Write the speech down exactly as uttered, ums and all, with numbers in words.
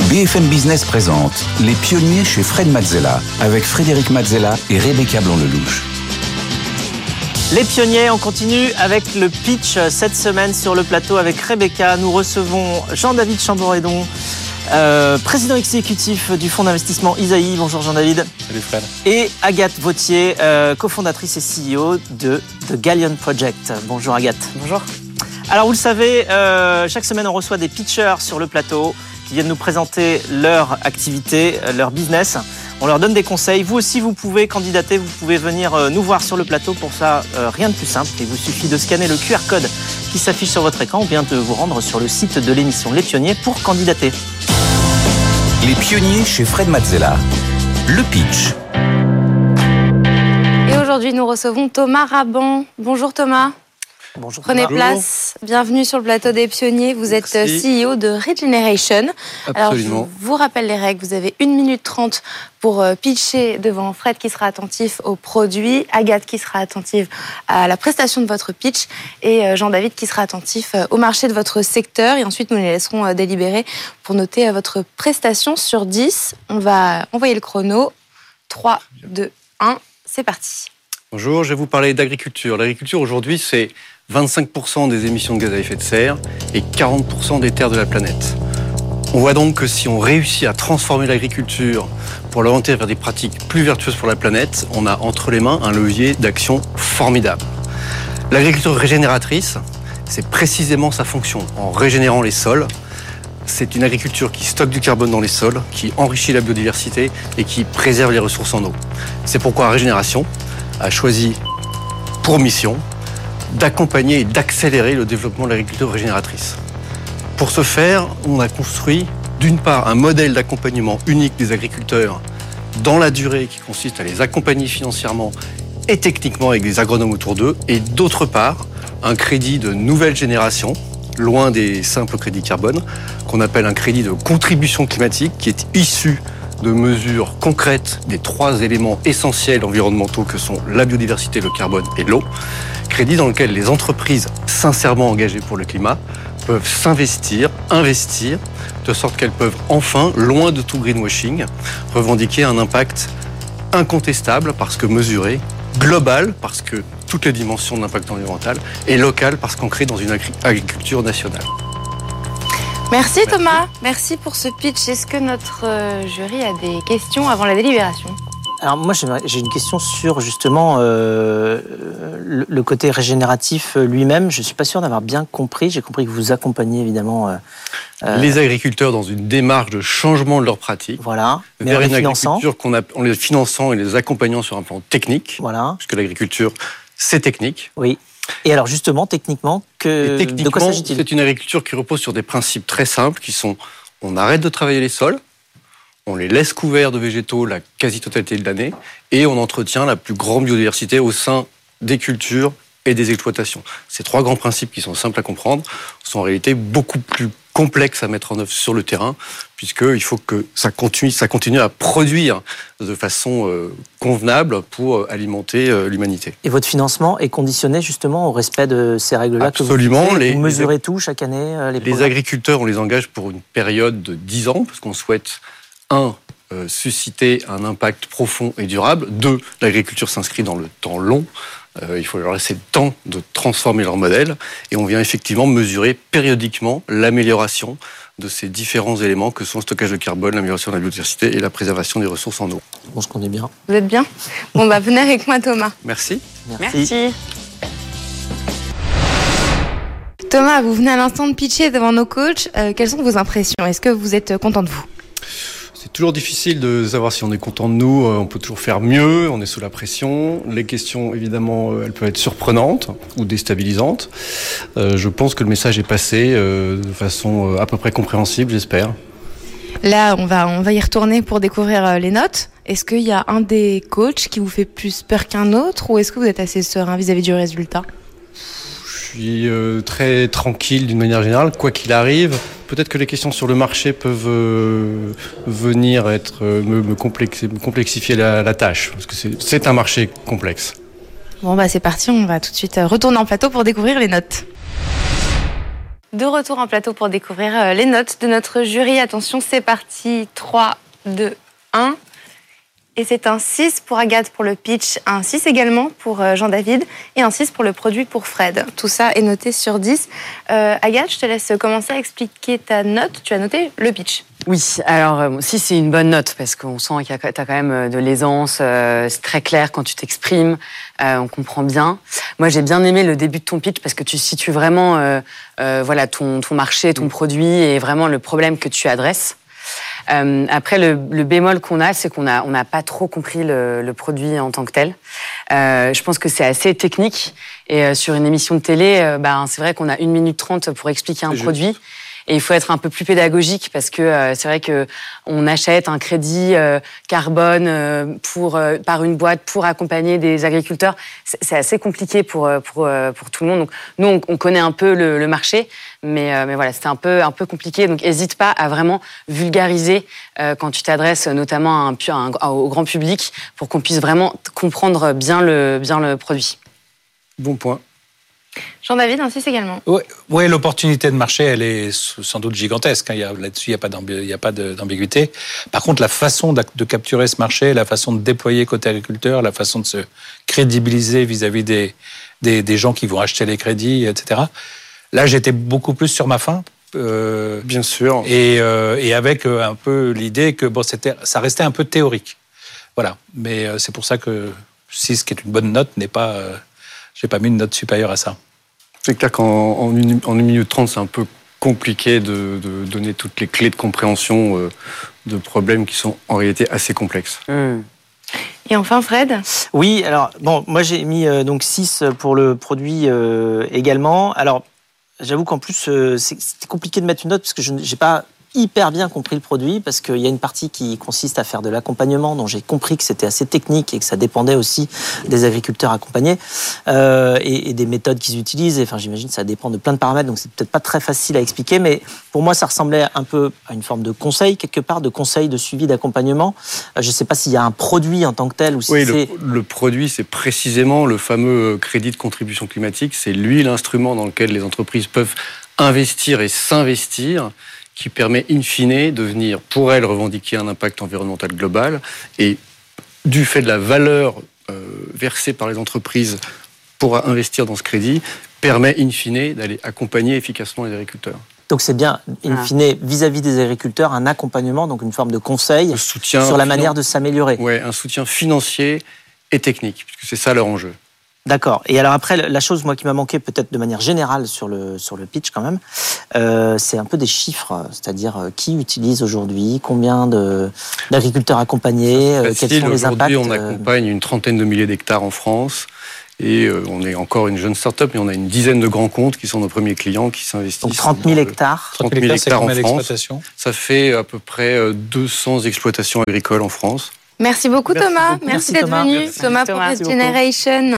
B F M Business présente Les pionniers chez Fred Mazzella avec Frédéric Mazzella et Rebecca Blanc-Lelouch. Les pionniers, on continue avec le pitch cette semaine sur le plateau avec Rebecca. Nous recevons Jean-David Chamboredon, euh, président exécutif du fonds d'investissement Isaïe. Bonjour Jean-David. Salut Fred. Et Agathe Vautier, euh, cofondatrice et C E O de The Galleon Project. Bonjour Agathe. Bonjour. Alors vous le savez, euh, chaque semaine on reçoit des pitchers sur le plateau qui viennent nous présenter leur activité, leur business. On leur donne des conseils. Vous aussi, vous pouvez candidater, vous pouvez venir nous voir sur le plateau. Pour ça, euh, rien de plus simple. Il vous suffit de scanner le Q R code qui s'affiche sur votre écran ou bien de vous rendre sur le site de l'émission Les Pionniers pour candidater. Les pionniers chez Fred Mazzella. Le pitch. Et aujourd'hui, nous recevons Thomas Raban. Bonjour Thomas. Bonjour. Prenez Thomas. place. Bienvenue sur le plateau des pionniers. Vous Merci. êtes C E O de Regeneration. Alors, je Absolument. vous rappelle les règles. Vous avez une minute trente pour pitcher devant Fred qui sera attentif au produit, Agathe qui sera attentive à la prestation de votre pitch et Jean-David qui sera attentif au marché de votre secteur. Et ensuite, nous les laisserons délibérer pour noter votre prestation sur dix. On va envoyer le chrono. trois, deux, un, c'est parti. Bonjour, je vais vous parler d'agriculture. L'agriculture aujourd'hui, c'est vingt-cinq pour cent des émissions de gaz à effet de serre et quarante pour cent des terres de la planète. On voit donc que si on réussit à transformer l'agriculture pour l'orienter vers des pratiques plus vertueuses pour la planète, on a entre les mains un levier d'action formidable. L'agriculture régénératrice, c'est précisément sa fonction. En régénérant les sols, c'est une agriculture qui stocke du carbone dans les sols, qui enrichit la biodiversité et qui préserve les ressources en eau. C'est pourquoi Régénération a choisi pour mission d'accompagner et d'accélérer le développement de l'agriculture régénératrice. Pour ce faire, on a construit d'une part un modèle d'accompagnement unique des agriculteurs dans la durée qui consiste à les accompagner financièrement et techniquement avec des agronomes autour d'eux, et d'autre part un crédit de nouvelle génération, loin des simples crédits carbone, qu'on appelle un crédit de contribution climatique qui est issu de mesures concrètes des trois éléments essentiels environnementaux que sont la biodiversité, le carbone et l'eau. Crédit dans lequel les entreprises sincèrement engagées pour le climat peuvent s'investir, investir, de sorte qu'elles peuvent enfin, loin de tout greenwashing, revendiquer un impact incontestable parce que mesuré, global parce que toutes les dimensions de l'impact environnemental, et local parce qu'on crée dans une agriculture nationale. Merci Thomas, merci pour ce pitch. Est-ce que notre euh, jury a des questions avant la délibération ? Alors moi, j'ai une question sur justement euh, le, le côté régénératif lui-même. Je ne suis pas sûr d'avoir bien compris. J'ai compris que vous accompagnez évidemment... Euh, euh, les agriculteurs dans une démarche de changement de leurs pratiques. Voilà, mais vers en les une finançant. agriculture qu'on a, en les finançant et les accompagnant sur un plan technique. Voilà. Parce que l'agriculture, c'est technique. Oui. Et alors justement, techniquement, que, et techniquement, de quoi s'agit-il ? C'est une agriculture qui repose sur des principes très simples qui sont on arrête de travailler les sols, on les laisse couverts de végétaux la quasi-totalité de l'année et on entretient la plus grande biodiversité au sein des cultures et des exploitations. Ces trois grands principes qui sont simples à comprendre sont en réalité beaucoup plus complexes à mettre en œuvre sur le terrain, puisqu'il faut que ça continue, ça continue à produire de façon euh, convenable pour alimenter euh, l'humanité. Et votre financement est conditionné justement au respect de ces règles-là? Absolument. Que vous, les, vous mesurez les, tout chaque année euh, les, les agriculteurs, on les engage pour une période de dix ans, parce qu'on souhaite, un, euh, susciter un impact profond et durable, deux, l'agriculture s'inscrit dans le temps long. Euh, il faut leur laisser le temps de transformer leur modèle et on vient effectivement mesurer périodiquement l'amélioration de ces différents éléments que sont le stockage de carbone, l'amélioration de la biodiversité et la préservation des ressources en eau. On se connaît bien. Vous êtes bien ? Bon, bah venez avec moi Thomas. Merci. Merci. Merci. Thomas, vous venez à l'instant de pitcher devant nos coachs. Euh, quelles sont vos impressions ? Est-ce que vous êtes content de vous ? C'est toujours difficile de savoir si on est content de nous, on peut toujours faire mieux, on est sous la pression. Les questions, évidemment, elles peuvent être surprenantes ou déstabilisantes. Euh, je pense que le message est passé euh, de façon à peu près compréhensible, j'espère. Là, on va, on va y retourner pour découvrir les notes. Est-ce qu'il y a un des coachs qui vous fait plus peur qu'un autre ou est-ce que vous êtes assez serein vis-à-vis du résultat ? Je suis euh, très tranquille d'une manière générale, quoi qu'il arrive. Peut-être que les questions sur le marché peuvent euh, venir être, euh, me, me, complexi- me complexifier la, la tâche, parce que c'est, c'est un marché complexe. Bon, bah c'est parti, on va tout de suite retourner en plateau pour découvrir les notes. De retour en plateau pour découvrir les notes de notre jury. Attention, c'est parti. trois, deux, un. Et c'est un six pour Agathe pour le pitch, un six également pour Jean-David et un six pour le produit pour Fred. Tout ça est noté sur dix. Euh, Agathe, je te laisse commencer à expliquer ta note. Tu as noté le pitch. Oui, alors six, c'est une bonne note parce qu'on sent qu'il y a, t'as quand même de l'aisance, euh, c'est très clair quand tu t'exprimes, euh, on comprend bien. Moi, j'ai bien aimé le début de ton pitch parce que tu situes vraiment euh, euh, voilà, ton, ton marché, ton produit et vraiment le problème que tu adresses. Euh, après, le, le bémol qu'on a, c'est qu'on a, on n'a pas trop compris le, le produit en tant que tel. Euh, je pense que c'est assez technique et euh, sur une émission de télé, euh, bah, c'est vrai qu'on a une minute trente pour expliquer un produit. Et il faut être un peu plus pédagogique parce que euh, c'est vrai que on achète un crédit euh, carbone euh, pour euh, par une boîte pour accompagner des agriculteurs. C'est, c'est assez compliqué pour pour pour tout le monde. Donc nous on, on connaît un peu le, le marché, mais euh, mais voilà, c'était un peu un peu compliqué. Donc hésite pas à vraiment vulgariser euh, quand tu t'adresses notamment à un, à un, au grand public pour qu'on puisse vraiment comprendre bien le bien le produit. Bon point. Jean-David, un six également. Oui, ouais, l'opportunité de marché, elle est sans doute gigantesque. Hein. Il y a, là-dessus, il n'y a pas, d'ambi- il y a pas de, d'ambiguïté. Par contre, la façon de, de capturer ce marché, la façon de déployer côté agriculteur, la façon de se crédibiliser vis-à-vis des, des, des gens qui vont acheter les crédits, et cetera. Là, j'étais beaucoup plus sur ma faim. Euh, Bien sûr. Et, euh, et avec un peu l'idée que bon, c'était, ça restait un peu théorique. Voilà. Mais euh, c'est pour ça que six, qui est une bonne note, n'est pas... Euh, j'ai pas mis une note supérieure à ça. C'est clair qu'en en une, en une minute trente, c'est un peu compliqué de, de donner toutes les clés de compréhension euh, de problèmes qui sont en réalité assez complexes. Mmh. Et enfin, Fred ? Oui, alors, bon, moi j'ai mis euh, donc six pour le produit euh, également. Alors, j'avoue qu'en plus, euh, c'est, c'était compliqué de mettre une note parce que je n'ai pas hyper bien compris le produit parce qu'il y a une partie qui consiste à faire de l'accompagnement dont j'ai compris que c'était assez technique et que ça dépendait aussi des agriculteurs accompagnés euh, et, et des méthodes qu'ils utilisent. Et, enfin, j'imagine que ça dépend de plein de paramètres, donc c'est peut-être pas très facile à expliquer, mais pour moi, ça ressemblait un peu à une forme de conseil, quelque part, de conseil, de suivi, d'accompagnement. Euh, je ne sais pas s'il y a un produit en tant que tel ou si oui, c'est... Le, le produit, c'est précisément le fameux crédit de contribution climatique. C'est lui l'instrument dans lequel les entreprises peuvent investir et s'investir, qui permet in fine de venir, pour elles, revendiquer un impact environnemental global. Et du fait de la valeur euh, versée par les entreprises pour investir dans ce crédit, permet in fine d'aller accompagner efficacement les agriculteurs. Donc c'est bien, in fine, vis-à-vis des agriculteurs, un accompagnement, donc une forme de conseil soutien sur la finan- manière de s'améliorer. Oui, un soutien financier et technique, puisque c'est ça leur enjeu. D'accord. Et alors après, la chose moi qui m'a manqué peut-être de manière générale sur le sur le pitch quand même, euh, c'est un peu des chiffres, c'est-à-dire euh, qui utilise aujourd'hui, combien de d'agriculteurs accompagnés, euh, quels sont les impacts. Aujourd'hui, on accompagne une trentaine de milliers d'hectares en France. Et euh, on est encore une jeune start-up, mais on a une dizaine de grands comptes qui sont nos premiers clients, qui s'investissent. Donc trente mille hectares. trente mille hectares en France. Ça fait à peu près deux cents exploitations agricoles en France. Merci beaucoup, Merci Thomas. beaucoup. Merci, Merci, d'être Thomas. venu. Merci. Thomas, Thomas, pour Generation.